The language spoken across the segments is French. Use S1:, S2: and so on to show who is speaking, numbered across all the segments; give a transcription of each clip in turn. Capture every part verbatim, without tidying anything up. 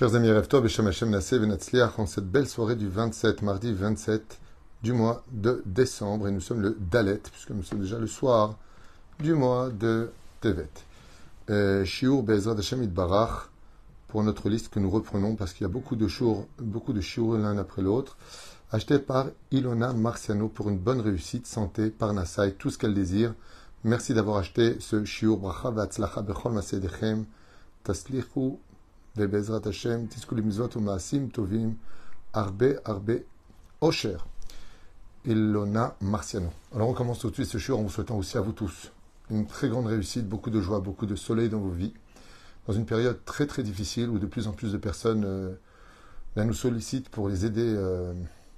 S1: Chers amis, Erev Tov, Beshem Hashem Nasseh Venatzliach, en cette belle soirée du vingt-sept, mardi vingt-sept du mois de décembre, et nous sommes le Dalet, puisque nous sommes déjà le soir du mois de Tevet. Euh, Shiur Be'ezrat Hashem Itbarach, pour notre liste que nous reprenons, parce qu'il y a beaucoup de shiur, beaucoup de shiur l'un après l'autre, acheté par Ilona Marciano pour une bonne réussite, santé, parnassaï, tout ce qu'elle désire. Merci d'avoir acheté ce shiur Bracha V'atzlacha Bechol Masedechem, Taslichu Ve'bezrat Hashem, Tizku Limizot U'Maasim Tovim, Arbe Arbe Osher. Ilona Marciano. Alors on commence tout de suite ce shiur en vous souhaitant aussi à vous tous une très grande réussite, beaucoup de joie, beaucoup de soleil dans vos vies, dans une période très très difficile où de plus en plus de personnes euh, nous sollicitent pour les aider euh,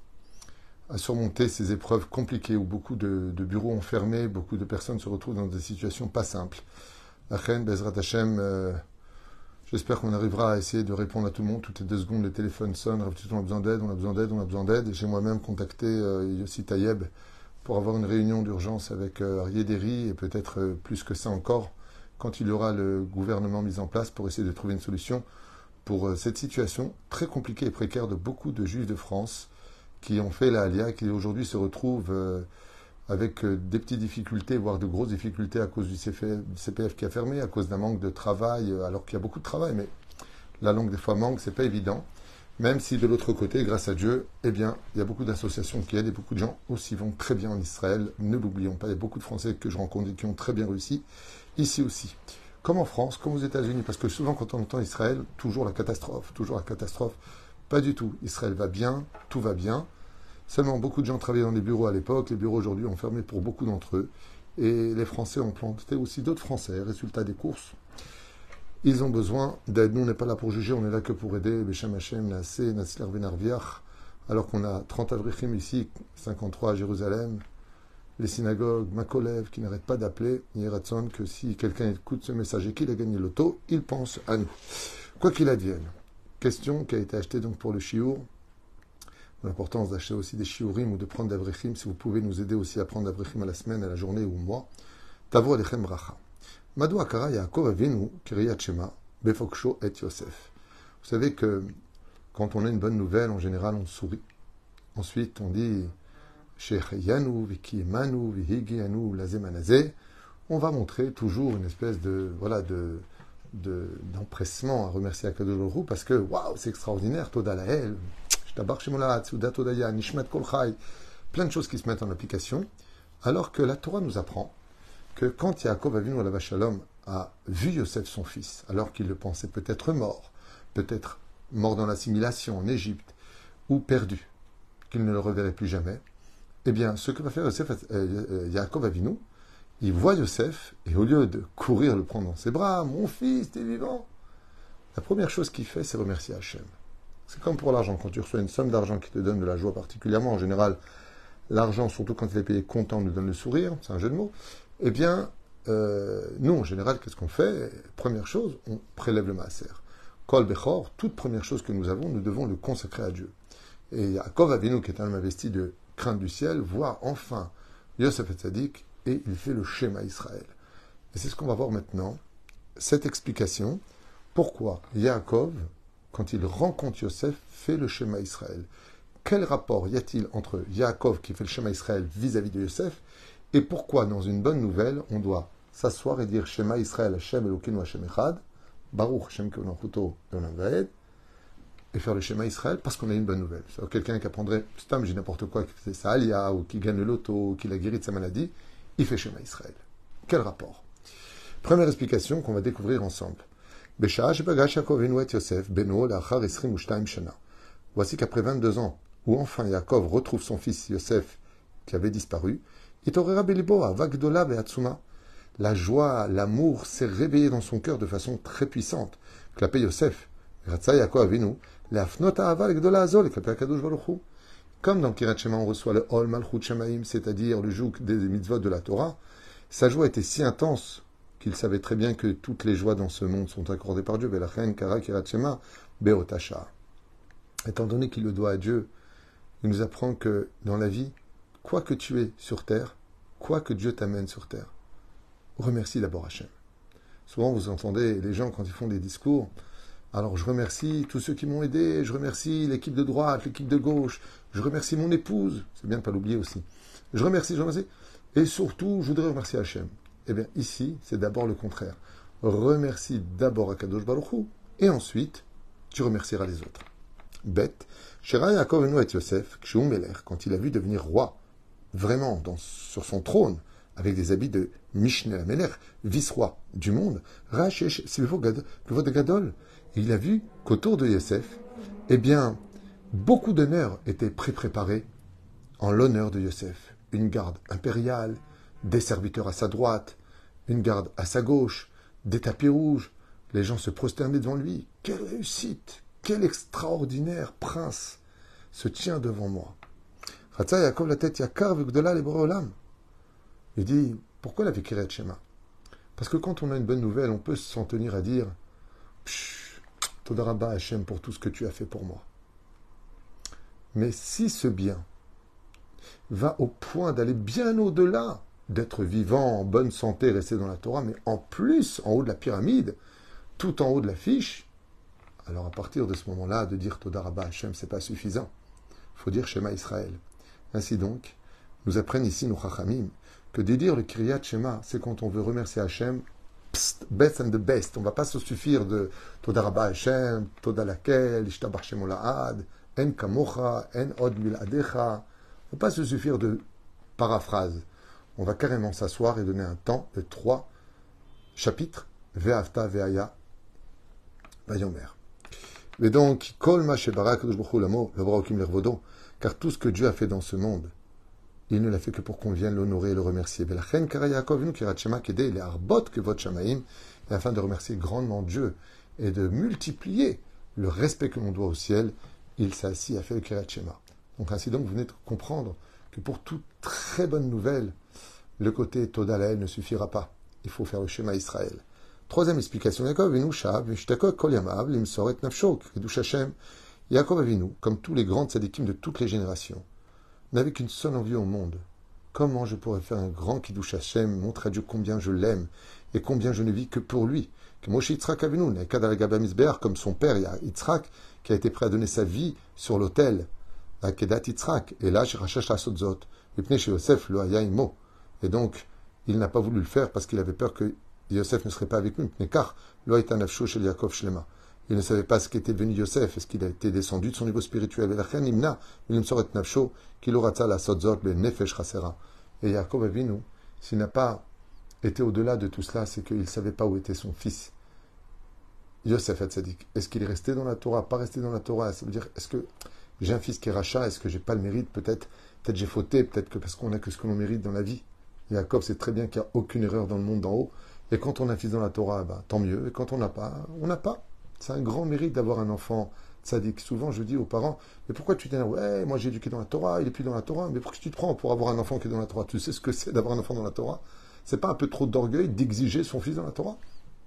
S1: à surmonter ces épreuves compliquées où beaucoup de, de bureaux ont fermé, beaucoup de personnes se retrouvent dans des situations pas simples. La reine Bezrat Hashem, euh, j'espère qu'on arrivera à essayer de répondre à tout le monde. Toutes les deux secondes, le téléphone sonne, on a besoin d'aide, on a besoin d'aide, on a besoin d'aide. J'ai moi-même contacté euh, Yossi Tayeb pour avoir une réunion d'urgence avec euh, Arié-Deri et peut-être euh, plus que ça encore, quand il y aura le gouvernement mis en place pour essayer de trouver une solution pour euh, cette situation très compliquée et précaire de beaucoup de Juifs de France qui ont fait la Aliyah et qui aujourd'hui se retrouvent euh, avec euh, des petites difficultés, voire de grosses difficultés à cause du C P F qui a fermé, à cause d'un manque de travail, euh, alors qu'il y a beaucoup de travail, mais la langue des fois manque, c'est pas évident. Même si de l'autre côté, grâce à Dieu, eh bien, il y a beaucoup d'associations qui aident et beaucoup de gens aussi vont très bien en Israël. Ne l'oublions pas, il y a beaucoup de Français que je rencontre et qui ont très bien réussi, ici aussi. Comme en France, comme aux États-Unis, parce que souvent quand on entend Israël, toujours la catastrophe, toujours la catastrophe. Pas du tout. Israël va bien, tout va bien. Seulement, beaucoup de gens travaillaient dans les bureaux à l'époque. Les bureaux aujourd'hui ont fermé pour beaucoup d'entre eux. Et les Français ont planté aussi d'autres Français. Résultat des courses, ils ont besoin d'aide. Nous, on n'est pas là pour juger, on est là que pour aider. Beshem Hashem, Nasseh, Natzler Venarviach. Alors qu'on a trente avrichim ici, cinquante-trois à Jérusalem. Les synagogues, Makolev, qui n'arrêtent pas d'appeler. Yeratson, que si quelqu'un écoute ce message et qu'il a gagné l'auto, il pense à nous. Quoi qu'il advienne. Question qui a été achetée donc pour le shiur. L'importance d'acheter aussi des shiurim ou de prendre d'avrechim, si vous pouvez nous aider aussi à prendre d'avrechim à la semaine, à la journée ou au mois. Tavo alechem bracha. Madou akara Yaakov avinu kiriyat shema befoksho et Yosef. Vous savez que quand on a une bonne nouvelle, en général, on sourit. Ensuite, on dit Shechayanu vikiyemanu vihigiyanu lazemanazé. On va montrer toujours une espèce de voilà de de d'empressement à remercier Akadosh Baruch Hu parce que waouh, c'est extraordinaire, Toda Lael. Plein de choses qui se mettent en application, alors que la Torah nous apprend que quand Yaakov Avinu alav shalom a vu Yosef son fils, alors qu'il le pensait peut-être mort, peut-être mort dans l'assimilation en Égypte, ou perdu, qu'il ne le reverrait plus jamais, eh bien, ce que va faire Yosef, euh, Yaakov Avinu, il voit Yosef, et au lieu de courir le prendre dans ses bras, mon fils, t'es vivant, la première chose qu'il fait, c'est remercier Hachem. C'est comme pour l'argent. Quand tu reçois une somme d'argent qui te donne de la joie particulièrement, en général, l'argent, surtout quand il est payé comptant, nous donne le sourire, c'est un jeu de mots. Eh bien, euh, nous, en général, qu'est-ce qu'on fait? Première chose, on prélève le maaser. Kol Bechor, toute première chose que nous avons, nous devons le consacrer à Dieu. Et Yaakov Avinu, qui est un homme investi de crainte du ciel, voit enfin Yosef et Tzadik, et il fait le schéma Israël. Et c'est ce qu'on va voir maintenant, cette explication. Pourquoi Yaakov, quand il rencontre Yosef, fait le schéma Israël. Quel rapport y a-t-il entre Yaakov qui fait le schéma Israël vis-à-vis de Yosef et pourquoi, dans une bonne nouvelle, on doit s'asseoir et dire schéma Israël Hashem Elokeinu Hashem Echad, Baruch Hashem Keonachuto Eolam Vaed, et faire le schéma Israël parce qu'on a une bonne nouvelle. C'est-à-dire quelqu'un qui apprendrait, stam, j'ai n'importe quoi, qui fait sa alia, ou qui gagne le loto, ou qui l'a guéri de sa maladie, il fait schéma Israël. Quel rapport? Première explication qu'on va découvrir ensemble. Voici qu'après vingt-deux ans, où enfin Yaakov retrouve son fils Yosef qui avait disparu, la joie, l'amour s'est réveillé dans son cœur de façon très puissante. Clapé Yosef, comme dans Kirat Shema on reçoit le Ol Malchut Shemaim, c'est-à-dire le joug des mitzvot de la Torah, sa joie était si intense qu'il savait très bien que toutes les joies dans ce monde sont accordées par Dieu. Étant donné qu'il le doit à Dieu, il nous apprend que dans la vie, quoi que tu es sur terre, quoi que Dieu t'amène sur terre, remercie d'abord Hachem. Souvent vous entendez les gens quand ils font des discours, Alors je remercie tous ceux qui m'ont aidé, je remercie l'équipe de droite, l'équipe de gauche, je remercie mon épouse, c'est bien de ne pas l'oublier aussi. Je remercie, je remercie. Et surtout, je voudrais remercier Hachem. Eh bien, ici, c'est d'abord le contraire. Remercie d'abord Akadosh Baruch Hu, et ensuite, tu remercieras les autres. Bête. Shera Yaakov enu et Yosef, Kshu Meler, quand il a vu devenir roi, vraiment, dans, sur son trône, avec des habits de Mishneh Ameler, vice-roi du monde, Rachesh Silvo Gadol, et il a vu qu'autour de Yosef, eh bien, beaucoup d'honneurs étaient pré-préparés en l'honneur de Yosef. Une garde impériale, des serviteurs à sa droite, une garde à sa gauche, des tapis rouges. Les gens se prosternaient devant lui. Quelle réussite! Quel extraordinaire prince se tient devant moi. Ratza Yaakov la tête Yakar v'gdola les olam. Il dit, pourquoi la Kiryat Shema? Parce que quand on a une bonne nouvelle, on peut s'en tenir à dire Psh, Toda Rabba Hashem pour tout ce que tu as fait pour moi. Mais si ce bien va au point d'aller bien au-delà d'être vivant, en bonne santé, rester dans la Torah, mais en plus, en haut de la pyramide, tout en haut de la fiche, alors à partir de ce moment-là, de dire Toda Rabba Hashem, c'est pas suffisant. Il faut dire Shema Israël. Ainsi donc, nous apprennent ici nos Chachamim que de dire le Kiryat Shema, c'est quand on veut remercier Hashem, pst, best and the best. On ne va pas se suffire de Toda Rabba Hashem, Toda Lakel, Ishtabach Shemo La'ad, En Kamocha, En Od Miladecha. On ne va pas se suffire de paraphrase. On va carrément s'asseoir et donner un temps de trois chapitres. Ve'avta ve'aya vayomer. Mais donc, Kol ma shebara kadosh baruch hu lamo, l'avraokim lervodo, car tout ce que Dieu a fait dans ce monde, il ne l'a fait que pour qu'on vienne l'honorer et le remercier. Velachen kara Yaakov venu kirat shema kedei le arbot kevod shamaim, et afin de remercier grandement Dieu et de multiplier le respect que l'on doit au ciel, il s'est assis à faire le kirat shema. Donc ainsi donc, vous venez de comprendre que pour toute très bonne nouvelle, le côté Toda Lael ne suffira pas. Il faut faire le schéma Israël. Troisième explication, Yaakov Avinu Shab, Vishtakok Kol Yamav, Limsoret Nafshok, Kedush Hashem. Yaakov Avinu, comme tous les grands tzadikim de toutes les générations, n'avait qu'une seule envie au monde. Comment je pourrais faire un grand Kiddush Hashem, montrer à Dieu combien je l'aime et combien je ne vis que pour lui. Que Moshe Yitzhak Avinu, comme son père Yitzhak, qui a été prêt à donner sa vie sur l'autel, à Kedat Yitzhak, et là, Shirashash Asotzot, Mipnei Yosef lo haya imo. Et donc, il n'a pas voulu le faire parce qu'il avait peur que Yosef ne serait pas avec lui. Car lo hayta nafsho shel Yaakov shlema. Il ne savait pas ce qu'était devenu Yosef, est-ce qu'il a été descendu de son niveau spirituel. Et la imna, il ne saurait nafsho, qu'il aura la sotzot ben nefesh chasera. Et Yaakov Avinu, s'il n'a pas été au-delà de tout cela, c'est qu'il ne savait pas où était son fils. Yosef Hatzadik. Est-ce qu'il est resté dans la Torah, pas resté dans la Torah? Ça veut dire, est-ce que j'ai un fils qui est rachat, est-ce que j'ai pas le mérite? Peut-être, peut-être j'ai fauté, peut-être que parce qu'on n'a que ce que l'on mérite dans la vie. Yaakov sait très bien qu'il n'y a aucune erreur dans le monde d'en haut. Et quand on a un fils dans la Torah, ben, tant mieux. Et quand on n'a pas, on n'a pas. C'est un grand mérite d'avoir un enfant tzaddik. Souvent, je dis aux parents, mais pourquoi tu t'énerves? Ouais, moi j'ai éduqué dans la Torah, il est plus dans la Torah. Mais pourquoi tu te prends pour avoir un enfant qui est dans la Torah? Tu sais ce que c'est d'avoir un enfant dans la Torah? C'est pas un peu trop d'orgueil d'exiger son fils dans la Torah?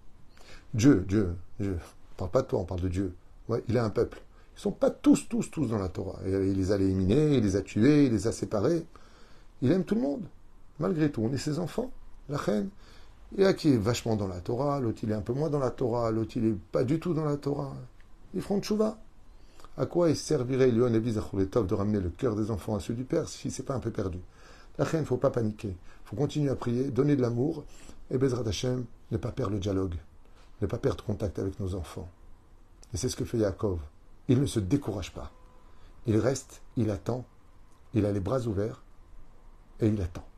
S1: Dieu, Dieu, Dieu. On parle pas de toi, on parle de Dieu. Ouais, il a un peuple. Ils sont pas tous, tous, tous dans la Torah. Et il les a éliminés, il les a tués, il les a séparés. Il aime tout le monde. Malgré tout, on est ses enfants. La reine. Il y a qui est vachement dans la Torah, l'autre il est un peu moins dans la Torah, l'autre il est pas du tout dans la Torah. Ils feront tchouva. À quoi il servirait Léon et Vizachuletov de ramener le cœur des enfants à ceux du Père si c'est pas un peu perdu? La reine, il ne faut pas paniquer. Il faut continuer à prier, donner de l'amour et Bezrat Hashem, ne pas perdre le dialogue, ne pas perdre contact avec nos enfants. Et c'est ce que fait Yaakov. Il ne se décourage pas. Il reste, il attend, il a les bras ouverts et il attend.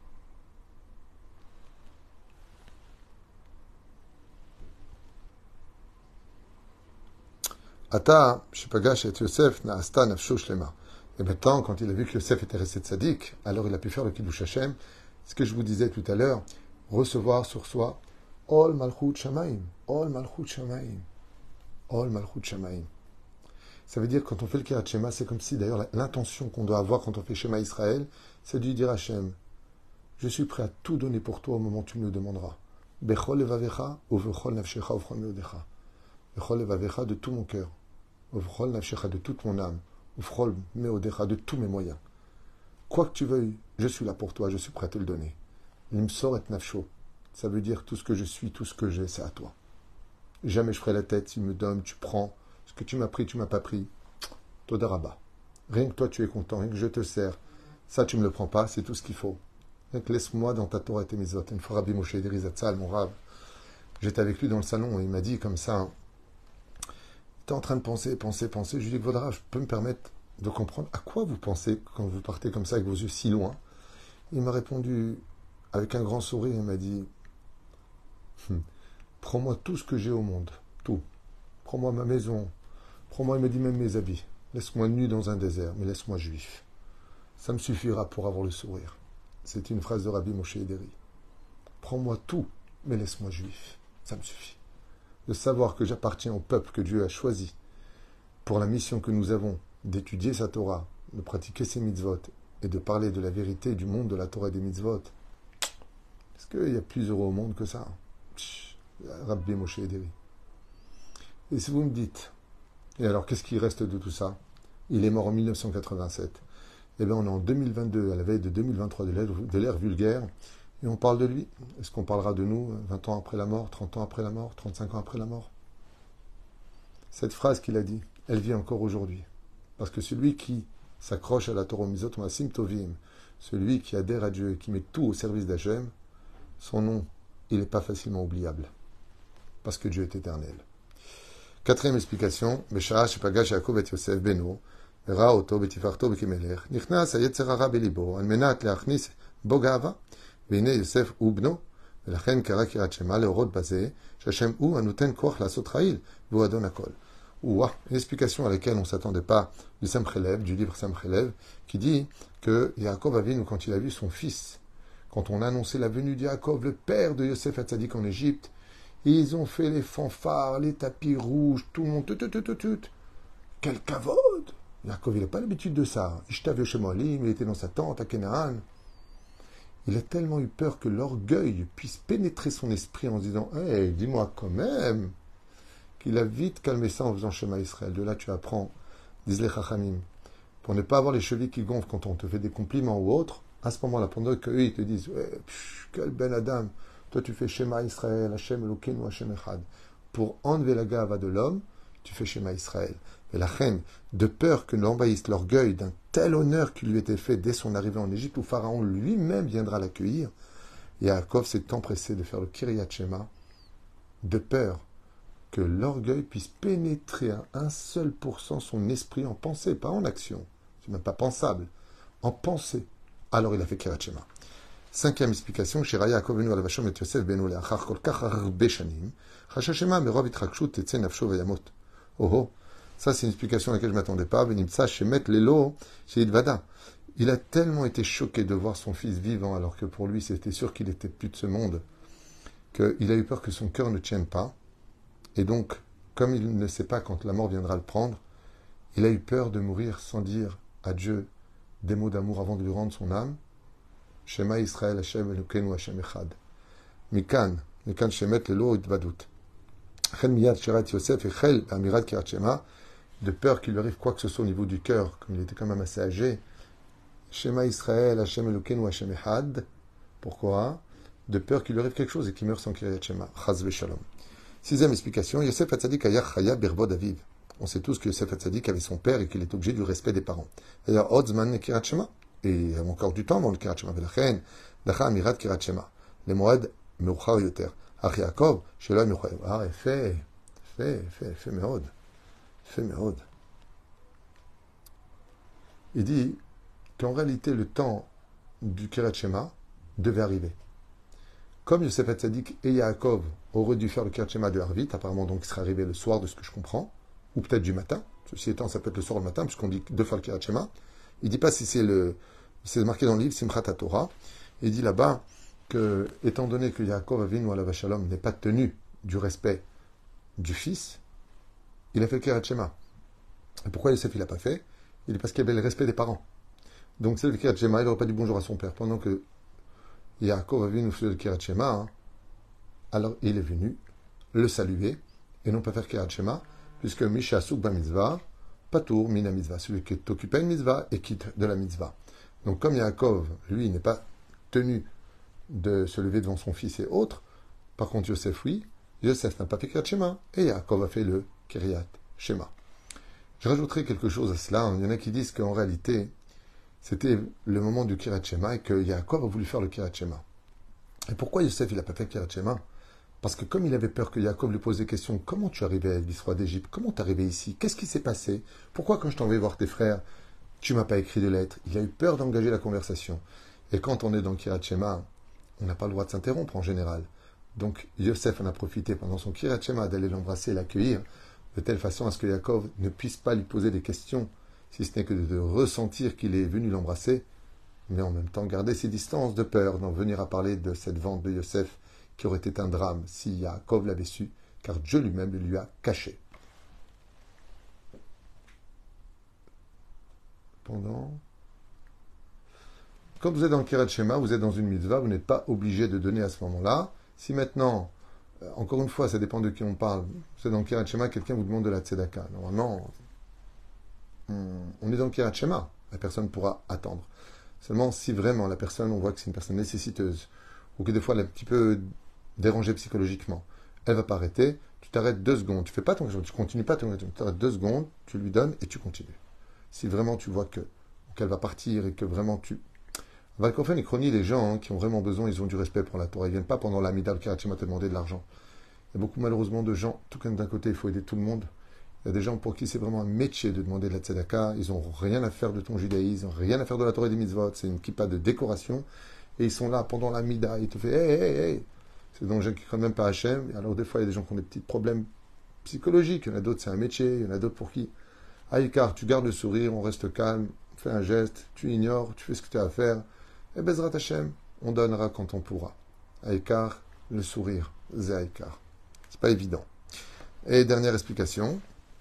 S1: Ata, Shepagash et Yosef, Naasta, Nafsho, Shlema. Et maintenant, quand il a vu que Yosef était resté tzaddik, alors il a pu faire le Kiddush Hashem. Ce que je vous disais tout à l'heure, recevoir sur soi, Ol Malchut Shamaim, Ol Malchut Shamaim, Ol Malchut Shamaim. Ça veut dire que quand on fait le Kirat Shema, c'est comme si d'ailleurs l'intention qu'on doit avoir quand on fait Shema Israël, c'est de dire Hashem, je suis prêt à tout donner pour toi au moment où tu me le demanderas. Bechol evavecha, uvechol nafshecha, uvechol meodecha. Bechol evavecha de tout mon cœur, uvechol nafshecha de toute mon âme, uvechol meodecha de tous mes moyens. Quoi que tu veuilles, je suis là pour toi, je suis prêt à te le donner. Limsor et nafsho, ça veut dire tout ce que je suis, tout ce que j'ai, c'est à toi. Jamais je ferai la tête, tu me donnes, tu prends. Ce que tu m'as pris, tu m'as pas pris. Todarabba. Rien que toi, tu es content, rien que je te sers. Ça, tu me le prends pas, c'est tout ce qu'il faut. Rien que laisse-moi dans ta Torah et tes mitzvot. Une fois Rabbi Moshe Ederi Zatzal, mon rave, j'étais avec lui dans le salon et il m'a dit comme ça, tu es en train de penser, penser, penser. Je lui ai dit, Vaudra, je peux me permettre de comprendre à quoi vous pensez quand vous partez comme ça avec vos yeux si loin. Il m'a répondu avec un grand sourire, il m'a dit, hm, prends-moi tout ce que j'ai au monde, tout. Prends-moi ma maison, prends-moi, il m'a dit même mes habits. Laisse-moi nu dans un désert, mais laisse-moi juif. Ça me suffira pour avoir le sourire. C'est une phrase de Rabbi Moshe Ederi. Prends-moi tout, mais laisse-moi juif. Ça me suffit. De savoir que j'appartiens au peuple que Dieu a choisi pour la mission que nous avons d'étudier sa Torah, de pratiquer ses mitzvot et de parler de la vérité du monde de la Torah et des mitzvot. Est-ce qu'il y a plus heureux au monde que ça? Rabbi Moshe Ederi. Et si vous me dites, et alors qu'est-ce qui reste de tout ça? Il est mort en mille neuf cent quatre-vingt-sept. Eh bien, on est en deux mille vingt-deux, à la veille de deux mille vingt-trois, de l'ère vulgaire, et on parle de lui. Est-ce qu'on parlera de nous vingt ans après la mort, trente ans après la mort, trente-cinq ans après la mort? Cette phrase qu'il a dit, elle vit encore aujourd'hui. Parce que celui qui s'accroche à la Torah Mizot Maasim Tovim, celui qui adhère à Dieu et qui met tout au service d'Hachem, son nom, il n'est pas facilement oubliable. Parce que Dieu est éternel. Quatrième explication, Beshara Shepagash Yaakov et Yosef Beno, Ra Oto Betifarto Bekimelech, Nichnas Ayetzer Hara Belibo, Al Menat Leachnis Bogava, Vine Yosef Ubno, ולכן קרא קריאת שמע להורות בזה, שהשם הוא הנותן כוח לעשות חיל, והוא אדון הכל. Ouah, une explication à laquelle on ne s'attendait pas du Samchelev, du livre Samchelev, qui dit que Yaakov Avinu, quand il a vu son fils, quand on a annoncé la venue de Yaakov, le père de Yosef Hatzadik en Égypte, ils ont fait les fanfares, les tapis rouges, tout le monde, tout, tout, tout, tout, tout. Quel kavod! Yaakov, il n'a pas l'habitude de ça. Ishtav Yoshemoalim, il était dans sa tente à Canaan. Il a tellement eu peur que l'orgueil puisse pénétrer son esprit en se disant « Hey, dis-moi quand même !» qu'il a vite calmé ça en faisant Shema Israël. De là, tu apprends, disent les Chachamim, pour ne pas avoir les chevilles qui gonflent quand on te fait des compliments ou autre, à ce moment-là, pendant qu'eux, ils te disent ouais, pff, quel ben Adam, toi tu fais Shema Israël, Hashem Elokeinu, Hashem Echad. Pour enlever la gava de l'homme, tu fais Shema Israël. Et la reine, de peur que l'envahisse l'orgueil d'un tel honneur qui lui était fait dès son arrivée en Égypte, où Pharaon lui-même viendra l'accueillir, Yaakov s'est empressé de faire le Kiryat Shema, de peur que l'orgueil puisse pénétrer à un seul pour cent son esprit en pensée, pas en action, c'est même pas pensable, en pensée. Alors il a fait Kiryat Shema. Cinquième explication, Shiraya Yaakov venu à la Vachom et Yosef benu le'achar kol kach harbe shanim, chasha shema merov itrakshut tetze nafsho vayamot. Oh oh, ça c'est une explication à laquelle je ne m'attendais pas. Venimtsa shemet lelo sheidvada. Il a tellement été choqué de voir son fils vivant, alors que pour lui c'était sûr qu'il était plus de ce monde, qu'il a eu peur que son cœur ne tienne pas. Et donc, comme il ne sait pas quand la mort viendra le prendre, il a eu peur de mourir sans dire à Dieu des mots d'amour avant de lui rendre son âme. Shema Israël Hashem Elokeinu Hashem Echad. Mikan, Mikan Shemet Lelo Idvadut. Chen Miyad Shirat Yosef Echel Amirat Kirat Shema. De peur qu'il lui arrive quoi que ce soit au niveau du cœur, comme il était quand même assez âgé. Shema Israël Hashem Elokeinu Hashem Echad. Pourquoi? De peur qu'il lui arrive quelque chose et qu'il meure sans Kiryat Shema. Chaz v'shalom. Sixième explication, Yosef Hatzadik Ayach Chaya Birvod Aviv. On sait tous que Yosef Hatzadik avait son père et qu'il est obligé du respect des parents. Il y a Odzman Kirat Shema. Et il y a encore du temps avant le Kirat Shema. Velachen, Dacha Amirat Kirat Shema. Les Moed Meuchar Yoter. Ach Yaakov, Shelo Meuchar. Ah, fait, fait, fait, fait Meod. Fait Meod. Il dit qu'en réalité, le temps du Kirat Shema devait arriver. Comme Yosef Hatzadik et Yaakov auraient dû faire le Kirat Shema de Harvit, apparemment donc il serait arrivé le soir de ce que je comprends, ou peut-être du matin, ceci étant ça peut être le soir ou le matin, puisqu'on dit de faire le Kirat Shema. Il ne dit pas si c'est le... C'est marqué dans le livre Simchat HaTorah. Il dit là-bas que, étant donné que Yaakov Avinu alav Shalom n'est pas tenu du respect du fils, il a fait le Kirat Shema. Et pourquoi Yosef il n'a pas fait? Il dit parce qu'il y avait le respect des parents. Donc c'est le Kirat Shema, il n'aurait pas dit bonjour à son père, pendant que Yaakov Avinu faisait le Kirat Shema, hein, alors il est venu le saluer et non pas faire Kirat Shema, puisque Misha Souk ba mitzvah, Patour mina mitzvah, celui qui est occupé à une mitzvah et quitte de la mitzvah. Donc comme Yaakov, lui, n'est pas tenu de se lever devant son fils et autres, par contre Yosef, oui, Yosef n'a pas fait Kiryat Shema et Yaakov a fait le Kiryat Shema. Je rajouterai quelque chose à cela. Il y en a qui disent qu'en réalité, c'était le moment du Kiryat Shema et que Yaakov a voulu faire le Kiryat Shema. Et pourquoi Yosef il n'a pas fait le Kiryat Shema? Parce que comme il avait peur que Yaakov lui pose des questions, comment tu es arrivé à Elvis, roi d'Égypte? Comment tu es arrivé ici? Qu'est-ce qui s'est passé? Pourquoi quand je t'envoie voir tes frères, tu m'as pas écrit de lettres? Il a eu peur d'engager la conversation. Et quand on est dans le Kiryat Shema, on n'a pas le droit de s'interrompre en général. Donc Yosef en a profité pendant son Kiryat Shema d'aller l'embrasser et l'accueillir, de telle façon à ce que Yaakov ne puisse pas lui poser des questions, si ce n'est que de ressentir qu'il est venu l'embrasser, mais en même temps garder ses distances de peur d'en venir à parler de cette vente de Yosef qui aurait été un drame si Yaakov l'avait su, car Dieu lui-même le lui a caché. Pendant... Quand vous êtes dans le Kiryat Shema, vous êtes dans une mitzvah, vous n'êtes pas obligé de donner à ce moment-là. Si maintenant, euh, encore une fois, ça dépend de qui on parle, vous êtes dans le Kiryat Shema, quelqu'un vous demande de la tzedaka. Normalement, on, on est dans le Kiryat Shema, la personne pourra attendre. Seulement si vraiment la personne, on voit que c'est une personne nécessiteuse, ou que des fois elle est un petit peu dérangée psychologiquement, elle ne va pas arrêter, tu t'arrêtes deux secondes, tu fais pas ton tu continues pas ton tu t'arrêtes deux secondes, tu lui donnes et tu continues. Si vraiment tu vois que qu'elle va partir et que vraiment tu... Valkofen et Chrony, les gens hein, qui ont vraiment besoin, ils ont du respect pour la Torah. Ils ne viennent pas pendant l'Amida, le Kiryat Shema te demander de l'argent. Il y a beaucoup malheureusement de gens, tout comme d'un côté il faut aider tout le monde, il y a des gens pour qui c'est vraiment un métier de demander de la tzedaka, ils n'ont rien à faire de ton judaïsme, rien à faire de la Torah et des mitzvot, c'est une kippa de décoration, et ils sont là pendant l'Amida, ils te font hey, hey, hey. C'est donc des gens qui ne croient même pas à Hachem, alors des fois il y a des gens qui ont des petits problèmes psychologiques, il y en a d'autres c'est un métier, il y en a d'autres pour qui. Aïkar, tu gardes le sourire, on reste calme, on fait un geste, tu ignores, tu fais ce que tu as à faire, et Bezrat Hachem, on donnera quand on pourra. Aïkar, le sourire, c'est Aïkar. C'est pas évident. Et dernière explication.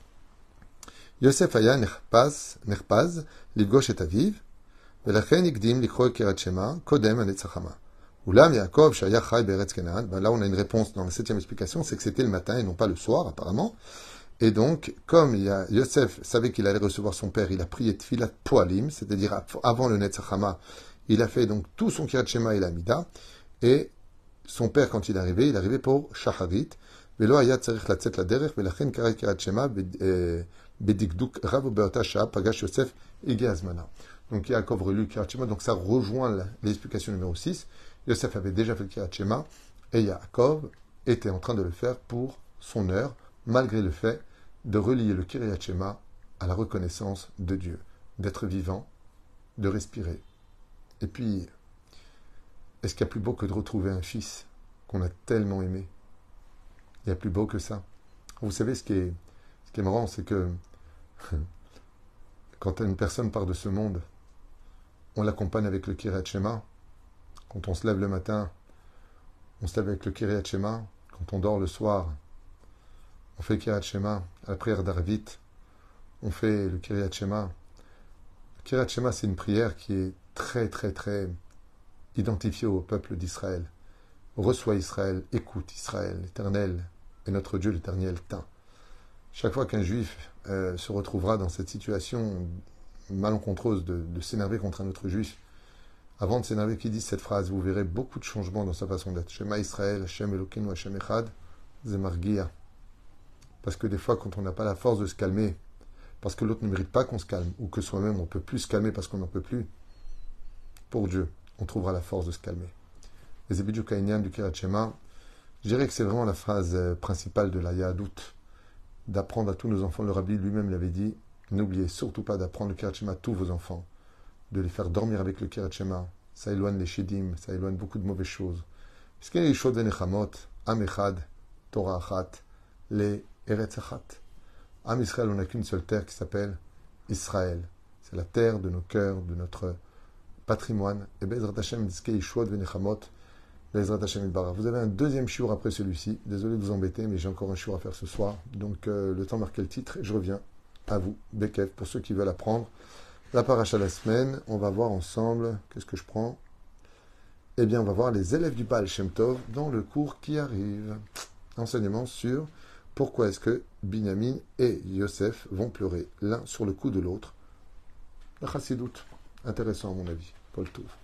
S1: Yosef aya nerpaz, nerpaz, livgosh et aviv, ולכן הקדים לקרוא קריאת שמע קודם הנצח חמה. אולם יעקב שהיה חי בארץ כנען, là on a une réponse dans la septième explication, c'est que c'était le matin et non pas le soir apparemment. Et donc, comme il y a, Yosef savait qu'il allait recevoir son père, il a prié Tfilat Poalim, c'est-à-dire avant le Netzach Hama, il a fait donc tout son Kiryat Shema et l'Amida, et son père, quand il est arrivé, il est arrivé pour Shacharit, Velo Hayat Tzarich Latzet Laderech, Velachen Karat Kiryat Shema, Bedikduk Rav Beota Shah, Pagash Yosef, Ege Azmana. Donc Yaakov relu Kiryat Shema, donc ça rejoint l'explication numéro six. Yosef avait déjà fait le Kiryat Shema, et Yaakov était en train de le faire pour son heure, malgré le fait de relier le Kiryat Shema à la reconnaissance de Dieu, d'être vivant, de respirer. Et puis, est-ce qu'il y a plus beau que de retrouver un fils qu'on a tellement aimé? Il y a plus beau que ça. Vous savez, ce qui est, ce qui est marrant, c'est que quand une personne part de ce monde, on l'accompagne avec le Kiryat Shema. Quand on se lève le matin, on se lève avec le Kiryat Shema. Quand on dort le soir, on fait le Kiryat Shema. À la prière d'Arvit, on fait le Kiryat Shema. Le Kiryat Shema, c'est une prière qui est très, très, très identifiée au peuple d'Israël. Reçois Israël, écoute Israël, l'Éternel est notre Dieu, l'Éternel t'aime. Chaque fois qu'un juif euh, se retrouvera dans cette situation malencontreuse de, de s'énerver contre un autre juif, avant de s'énerver, qui dit cette phrase, vous verrez beaucoup de changements dans sa façon d'être. Shema Israël, Hashem Elokeinu, Hashem Echad, Zemargia. Parce que des fois, quand on n'a pas la force de se calmer, parce que l'autre ne mérite pas qu'on se calme, ou que soi-même on ne peut plus se calmer parce qu'on n'en peut plus, pour Dieu, on trouvera la force de se calmer. Les Ebidju Kainyan du Kiryat Shema, je dirais que c'est vraiment la phrase principale de la Yahadout, d'apprendre à tous nos enfants. Le Rabbi lui-même l'avait dit, n'oubliez surtout pas d'apprendre le Kiryat Shema à tous vos enfants, de les faire dormir avec le Kiryat Shema. Ça éloigne les Shidim, ça éloigne beaucoup de mauvaises choses. Puisqu'il y a les Shod Venechamot, Am Echad, Torah Achat, les Eretz Achat. Am Israël, on n'a qu'une seule terre qui s'appelle Israël. C'est la terre de nos cœurs, de notre patrimoine. Et Bezrat Hashem, Diskei Shod Venechamot, Bezrat Hashem Idbara. Vous avez un deuxième shiur après celui-ci. Désolé de vous embêter, mais j'ai encore un shiur à faire ce soir. Donc euh, le temps marqué le titre, et je reviens à vous, Bekev, pour ceux qui veulent apprendre. La paracha la semaine, on va voir ensemble, qu'est-ce que je prends? Eh bien, on va voir les élèves du Baal Shem Tov dans le cours qui arrive. Enseignement sur pourquoi est-ce que Binyamin et Yosef vont pleurer l'un sur le cou de l'autre. La chassidoute, intéressant à mon avis. Kol Tov.